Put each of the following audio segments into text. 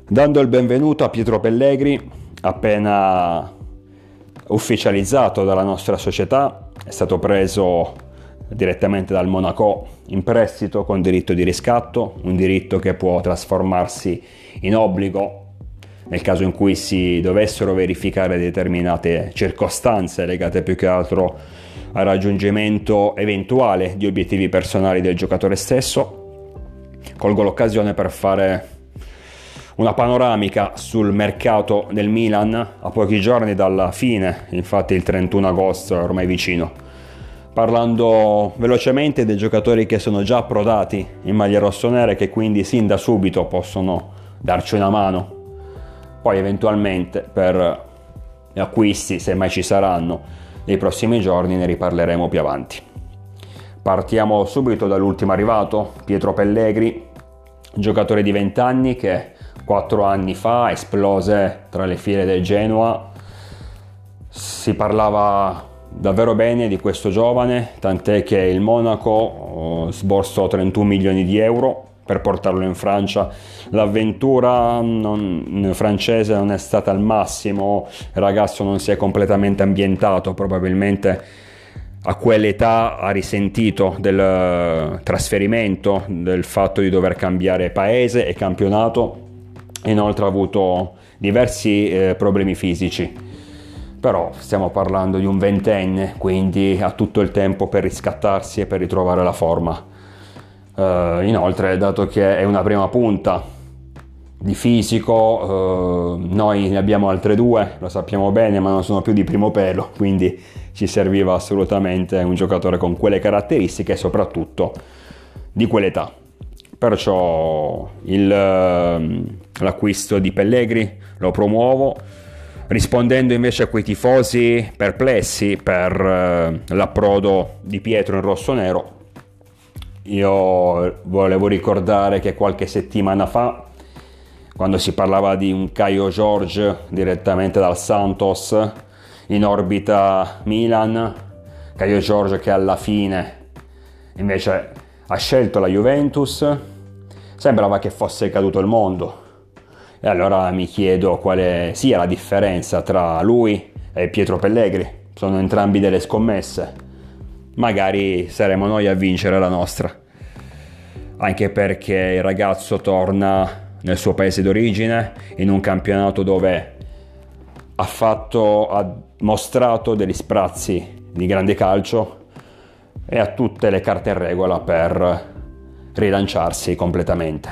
Dando il benvenuto a Pietro Pellegri, appena ufficializzato dalla nostra società, è stato preso direttamente dal Monaco in prestito con diritto di riscatto, un diritto che può trasformarsi in obbligo nel caso in cui si dovessero verificare determinate circostanze legate più che altro al raggiungimento eventuale di obiettivi personali del giocatore stesso. Colgo l'occasione per fare una panoramica sul mercato del Milan a pochi giorni dalla fine, infatti il 31 agosto è ormai vicino. Parlando velocemente dei giocatori che sono già approdati in maglia rossonera e che quindi sin da subito possono darci una mano. Poi eventualmente per gli acquisti, se mai ci saranno, nei prossimi giorni ne riparleremo più avanti. Partiamo subito dall'ultimo arrivato, Pietro Pellegri, giocatore di 20 anni che 4 anni fa esplose tra le file del Genoa. Si parlava davvero bene di questo giovane, tant'è che il Monaco sborsò 31 milioni di euro per portarlo in Francia. L'avventura francese non è stata al massimo, il ragazzo non si è completamente ambientato, probabilmente a quell'età ha risentito del trasferimento, del fatto di dover cambiare paese e campionato, inoltre ha avuto diversi problemi fisici, però stiamo parlando di un ventenne, quindi ha tutto il tempo per riscattarsi e per ritrovare la forma. Inoltre, dato che è una prima punta di fisico, noi ne abbiamo altre due, lo sappiamo bene, ma non sono più di primo pelo, quindi ci serviva assolutamente un giocatore con quelle caratteristiche e soprattutto di quell'età. Perciò l'acquisto di Pellegri lo promuovo, rispondendo invece a quei tifosi perplessi per l'approdo di Pietro in rosso-nero. Io volevo ricordare che qualche settimana fa, quando si parlava di un Caio Jorge direttamente dal Santos in orbita Milan, Caio Jorge che alla fine invece ha scelto la Juventus, sembrava che fosse caduto il mondo. E allora mi chiedo quale sia la differenza tra lui e Pietro Pellegri. Sono entrambi delle scommesse. Magari saremo noi a vincere la nostra, anche perché il ragazzo torna nel suo paese d'origine, in un campionato dove ha mostrato degli sprazzi di grande calcio e ha tutte le carte in regola per rilanciarsi completamente.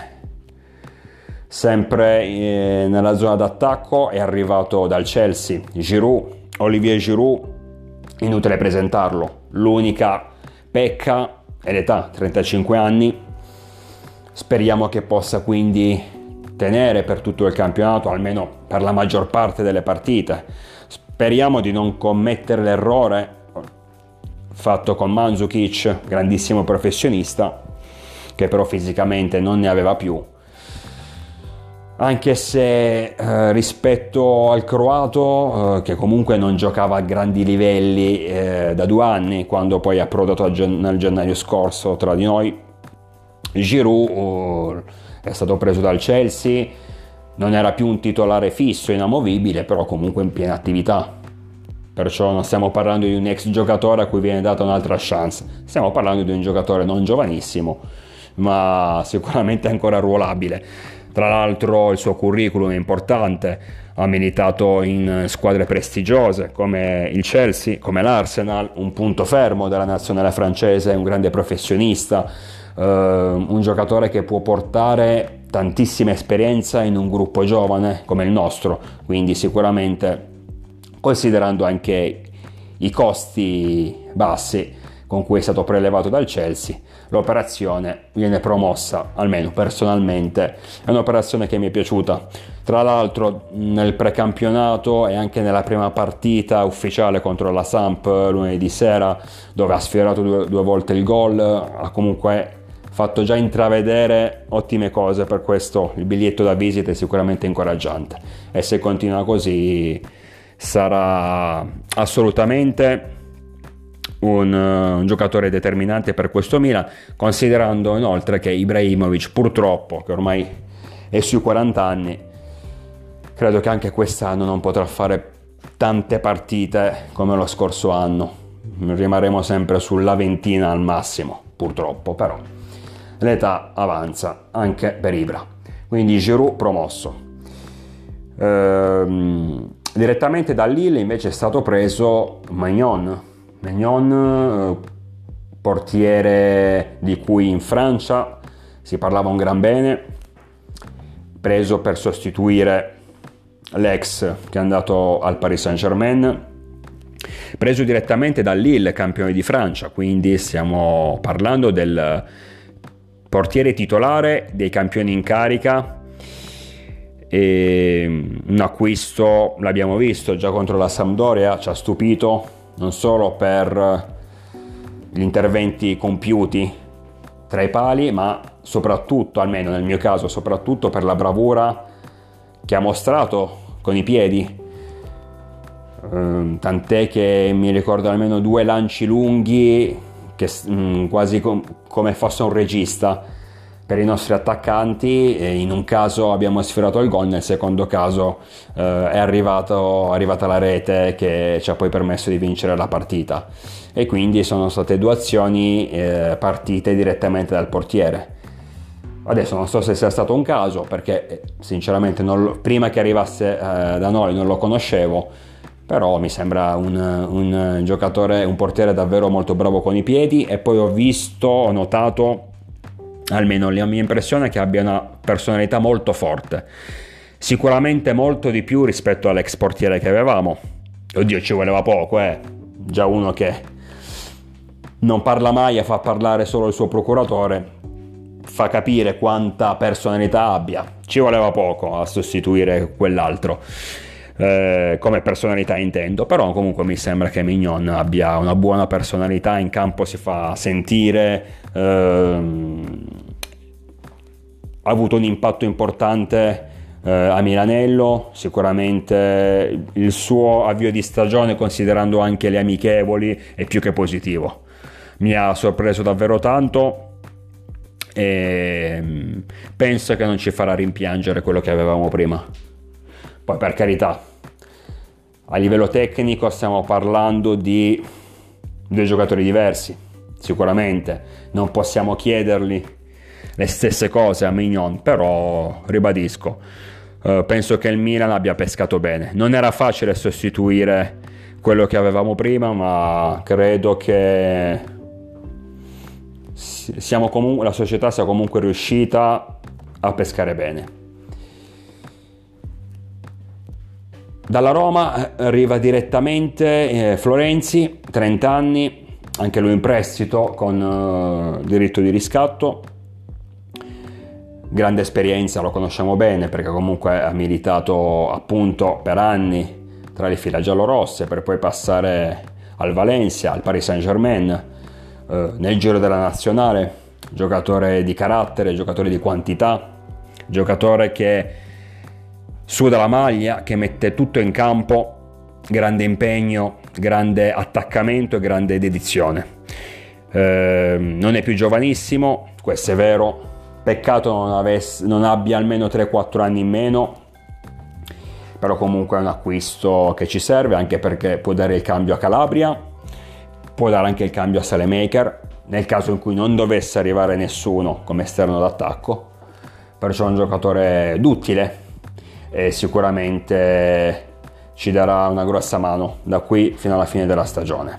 Sempre nella zona d'attacco è arrivato dal Chelsea Olivier Giroud. Inutile presentarlo, l'unica pecca è l'età, 35 anni. Speriamo che possa quindi tenere per tutto il campionato, almeno per la maggior parte delle partite. Speriamo di non commettere l'errore fatto con Mandzukic, grandissimo professionista, che però fisicamente non ne aveva più. Anche se rispetto al croato, che comunque non giocava a grandi livelli da 2 anni, quando poi è approdato nel gennaio scorso tra di noi, Giroud è stato preso dal Chelsea, non era più un titolare fisso, inamovibile, però comunque in piena attività. Perciò non stiamo parlando di un ex giocatore a cui viene data un'altra chance, stiamo parlando di un giocatore non giovanissimo, ma sicuramente ancora arruolabile. Tra l'altro il suo curriculum è importante, ha militato in squadre prestigiose come il Chelsea, come l'Arsenal, un punto fermo della nazionale francese, un grande professionista, un giocatore che può portare tantissima esperienza in un gruppo giovane come il nostro, quindi sicuramente, considerando anche i costi bassi con cui è stato prelevato dal Chelsea, l'operazione viene promossa, almeno personalmente è un'operazione che mi è piaciuta. Tra l'altro nel precampionato e anche nella prima partita ufficiale contro la Samp lunedì sera, dove ha sfiorato due volte il gol, ha comunque fatto già intravedere ottime cose. Per questo il biglietto da visita è sicuramente incoraggiante e se continua così sarà assolutamente un giocatore determinante per questo Milan, considerando inoltre che Ibrahimovic, purtroppo, che ormai è sui 40 anni, credo che anche quest'anno non potrà fare tante partite come lo scorso anno, rimarremo sempre sulla ventina al massimo, purtroppo, però l'età avanza anche per Ibra. Quindi Giroud promosso. Direttamente da Lille invece è stato preso Maignan, portiere di cui in Francia si parlava un gran bene, preso per sostituire l'ex che è andato al Paris Saint-Germain, preso direttamente da Lille, campione di Francia, quindi stiamo parlando del portiere titolare dei campioni in carica. E un acquisto, l'abbiamo visto già contro la Sampdoria, ci ha stupito non solo per gli interventi compiuti tra i pali, ma soprattutto, almeno nel mio caso, soprattutto per la bravura che ha mostrato con i piedi, tant'è che mi ricordo almeno 2 lanci lunghi che quasi come fosse un regista per i nostri attaccanti, e in un caso abbiamo sfiorato il gol, nel secondo caso è arrivata la rete che ci ha poi permesso di vincere la partita, e quindi sono state 2 azioni partite direttamente dal portiere. Adesso non so se sia stato un caso, perché sinceramente prima che arrivasse da noi non lo conoscevo, però mi sembra un giocatore, un portiere davvero molto bravo con i piedi. E poi ho notato, almeno la mia impressione, è che abbia una personalità molto forte, sicuramente molto di più rispetto all'ex portiere che avevamo. Oddio, ci voleva poco, già uno che non parla mai e fa parlare solo il suo procuratore fa capire quanta personalità abbia. Ci voleva poco a sostituire quell'altro, come personalità intendo, però comunque mi sembra che Maignan abbia una buona personalità, in campo si fa sentire, ha avuto un impatto importante a Milanello, sicuramente il suo avvio di stagione, considerando anche le amichevoli, è più che positivo. Mi ha sorpreso davvero tanto e penso che non ci farà rimpiangere quello che avevamo prima. Poi, per carità, a livello tecnico stiamo parlando di 2 giocatori diversi, sicuramente non possiamo chiedergli le stesse cose a Maignan, però ribadisco, penso che il Milan abbia pescato bene. Non era facile sostituire quello che avevamo prima, ma credo che la società sia comunque riuscita a pescare bene. Dalla Roma arriva direttamente Florenzi, 30 anni, anche lui in prestito con diritto di riscatto. Grande esperienza, lo conosciamo bene perché comunque ha militato appunto per anni tra le fila giallorosse, per poi passare al Valencia, al Paris Saint-Germain, nel giro della nazionale. Giocatore di carattere, giocatore di quantità, giocatore che suda la maglia, che mette tutto in campo, grande impegno, grande attaccamento e grande dedizione. Non è più giovanissimo, questo è vero, peccato non abbia almeno 3-4 anni in meno, però comunque è un acquisto che ci serve, anche perché può dare il cambio a Calabria, può dare anche il cambio a Salemaker nel caso in cui non dovesse arrivare nessuno come esterno d'attacco. Perciò è un giocatore duttile e sicuramente ci darà una grossa mano da qui fino alla fine della stagione.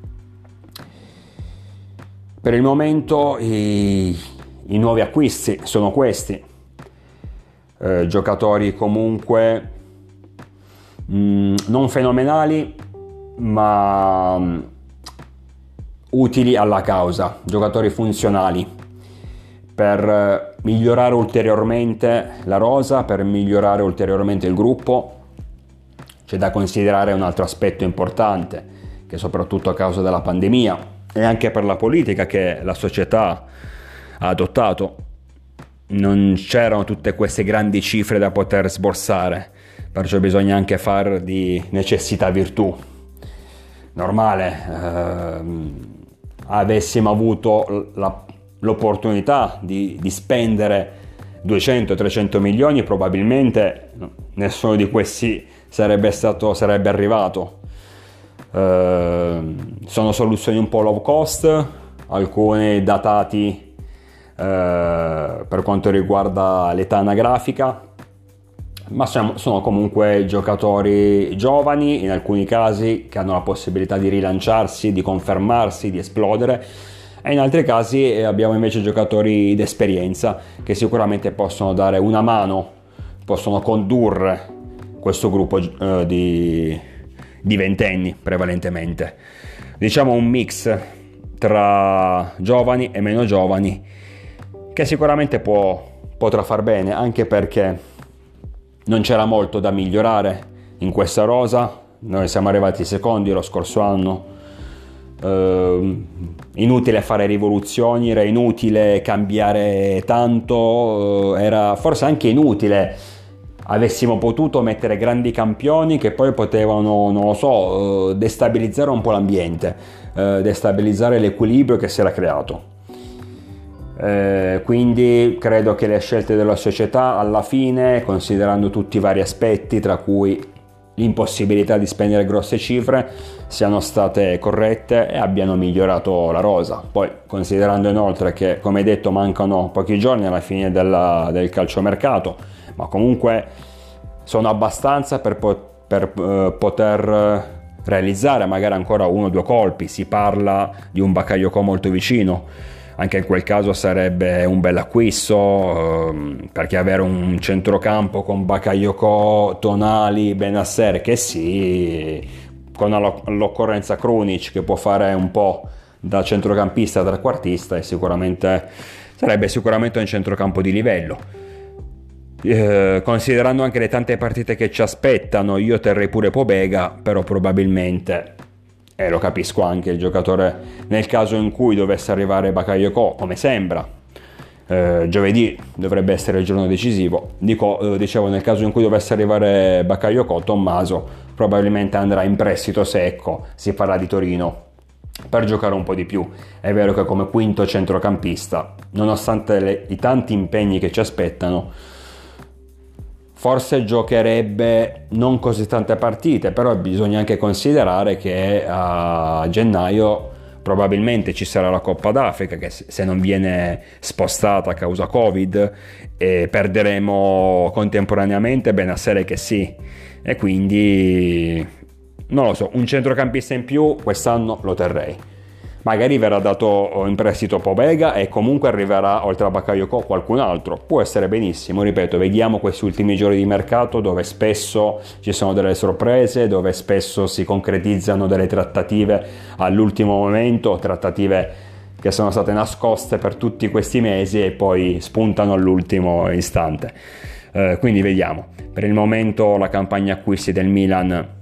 Per il momento i nuovi acquisti sono questi, giocatori comunque non fenomenali ma utili alla causa, giocatori funzionali per migliorare ulteriormente la rosa, per migliorare ulteriormente il gruppo. C'è da considerare un altro aspetto importante, che soprattutto a causa della pandemia e anche per la politica che la società ha adottato, non c'erano tutte queste grandi cifre da poter sborsare, perciò bisogna anche fare di necessità virtù. Normale, avessimo avuto l'opportunità di spendere 200-300 milioni probabilmente nessuno di questi sarebbe arrivato. Sono soluzioni un po' low cost, alcune datati per quanto riguarda l'età anagrafica, ma sono comunque giocatori giovani, in alcuni casi che hanno la possibilità di rilanciarsi, di confermarsi, di esplodere, e in altri casi abbiamo invece giocatori d'esperienza che sicuramente possono dare una mano, possono condurre questo gruppo di ventenni prevalentemente. Diciamo un mix tra giovani e meno giovani che sicuramente potrà far bene, anche perché non c'era molto da migliorare in questa rosa. Noi siamo arrivati secondi lo scorso anno, inutile fare rivoluzioni, era inutile cambiare tanto, era forse anche inutile. Avessimo potuto mettere grandi campioni che poi potevano, non lo so, destabilizzare un po' l'ambiente, destabilizzare l'equilibrio che si era creato. Quindi credo che le scelte della società alla fine, considerando tutti i vari aspetti, tra cui l'impossibilità di spendere grosse cifre, siano state corrette e abbiano migliorato la rosa. Poi, considerando inoltre che, come detto, mancano pochi giorni alla fine del calciomercato, ma comunque sono abbastanza per poter realizzare magari ancora 1 o 2 colpi. Si parla di un Bakayoko molto vicino, anche in quel caso sarebbe un bel acquisto, perché avere un centrocampo con Bakayoko, Tonali, Benasser, che sì, con all'occorrenza Krunic che può fare un po' da centrocampista a trequartista, e sarebbe sicuramente un centrocampo di livello. Considerando anche le tante partite che ci aspettano, io terrei pure Pobega, però probabilmente, e lo capisco anche il giocatore, nel caso in cui dovesse arrivare Bakayoko, come sembra, giovedì dovrebbe essere il giorno decisivo, dicevo, nel caso in cui dovesse arrivare Bakayoko, Tommaso probabilmente andrà in prestito secco, si parla di Torino, per giocare un po' di più. È vero che come quinto centrocampista, nonostante i tanti impegni che ci aspettano, forse giocherebbe non così tante partite, però bisogna anche considerare che a gennaio probabilmente ci sarà la Coppa d'Africa, che se non viene spostata a causa Covid, e perderemo contemporaneamente Benasser, che sì, e quindi non lo so, un centrocampista in più quest'anno lo terrei. Magari verrà dato in prestito Pobega e comunque arriverà oltre a Bakayoko qualcun altro, può essere benissimo, ripeto, vediamo questi ultimi giorni di mercato dove spesso ci sono delle sorprese, dove spesso si concretizzano delle trattative all'ultimo momento, trattative che sono state nascoste per tutti questi mesi e poi spuntano all'ultimo istante. Quindi vediamo. Per il momento la campagna acquisti del Milan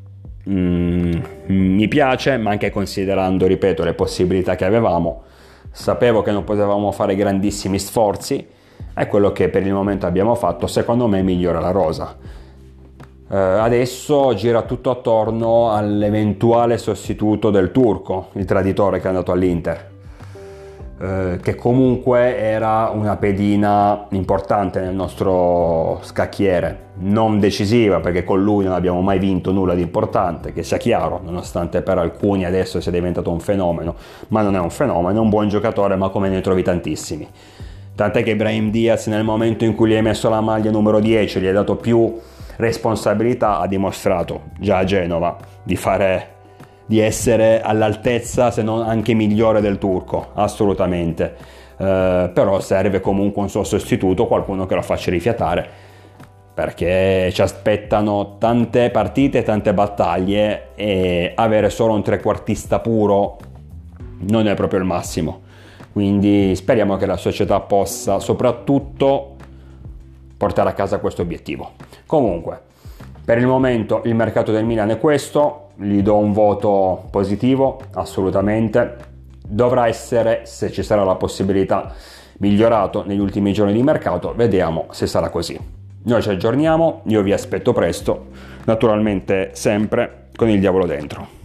mi piace, ma anche considerando, ripeto, le possibilità che avevamo, sapevo che non potevamo fare grandissimi sforzi, e quello che per il momento abbiamo fatto secondo me migliora la rosa. Adesso gira tutto attorno all'eventuale sostituto del turco, il traditore che è andato all'Inter, che comunque era una pedina importante nel nostro scacchiere, non decisiva perché con lui non abbiamo mai vinto nulla di importante, che sia chiaro, nonostante per alcuni adesso sia diventato un fenomeno, ma non è un fenomeno, è un buon giocatore, ma come ne trovi tantissimi. Tant'è che Brahim Diaz, nel momento in cui gli hai messo la maglia numero 10, gli hai dato più responsabilità, ha dimostrato già a Genova di essere all'altezza, se non anche migliore del turco, assolutamente. Però serve comunque un suo sostituto, qualcuno che lo faccia rifiatare, perché ci aspettano tante partite, tante battaglie, e avere solo un trequartista puro non è proprio il massimo. Quindi speriamo che la società possa soprattutto portare a casa questo obiettivo. Comunque, per il momento il mercato del Milan è questo, gli do un voto positivo, assolutamente. Dovrà essere, se ci sarà la possibilità, migliorato negli ultimi giorni di mercato, vediamo se sarà così. Noi ci aggiorniamo, io vi aspetto presto, naturalmente sempre con il diavolo dentro.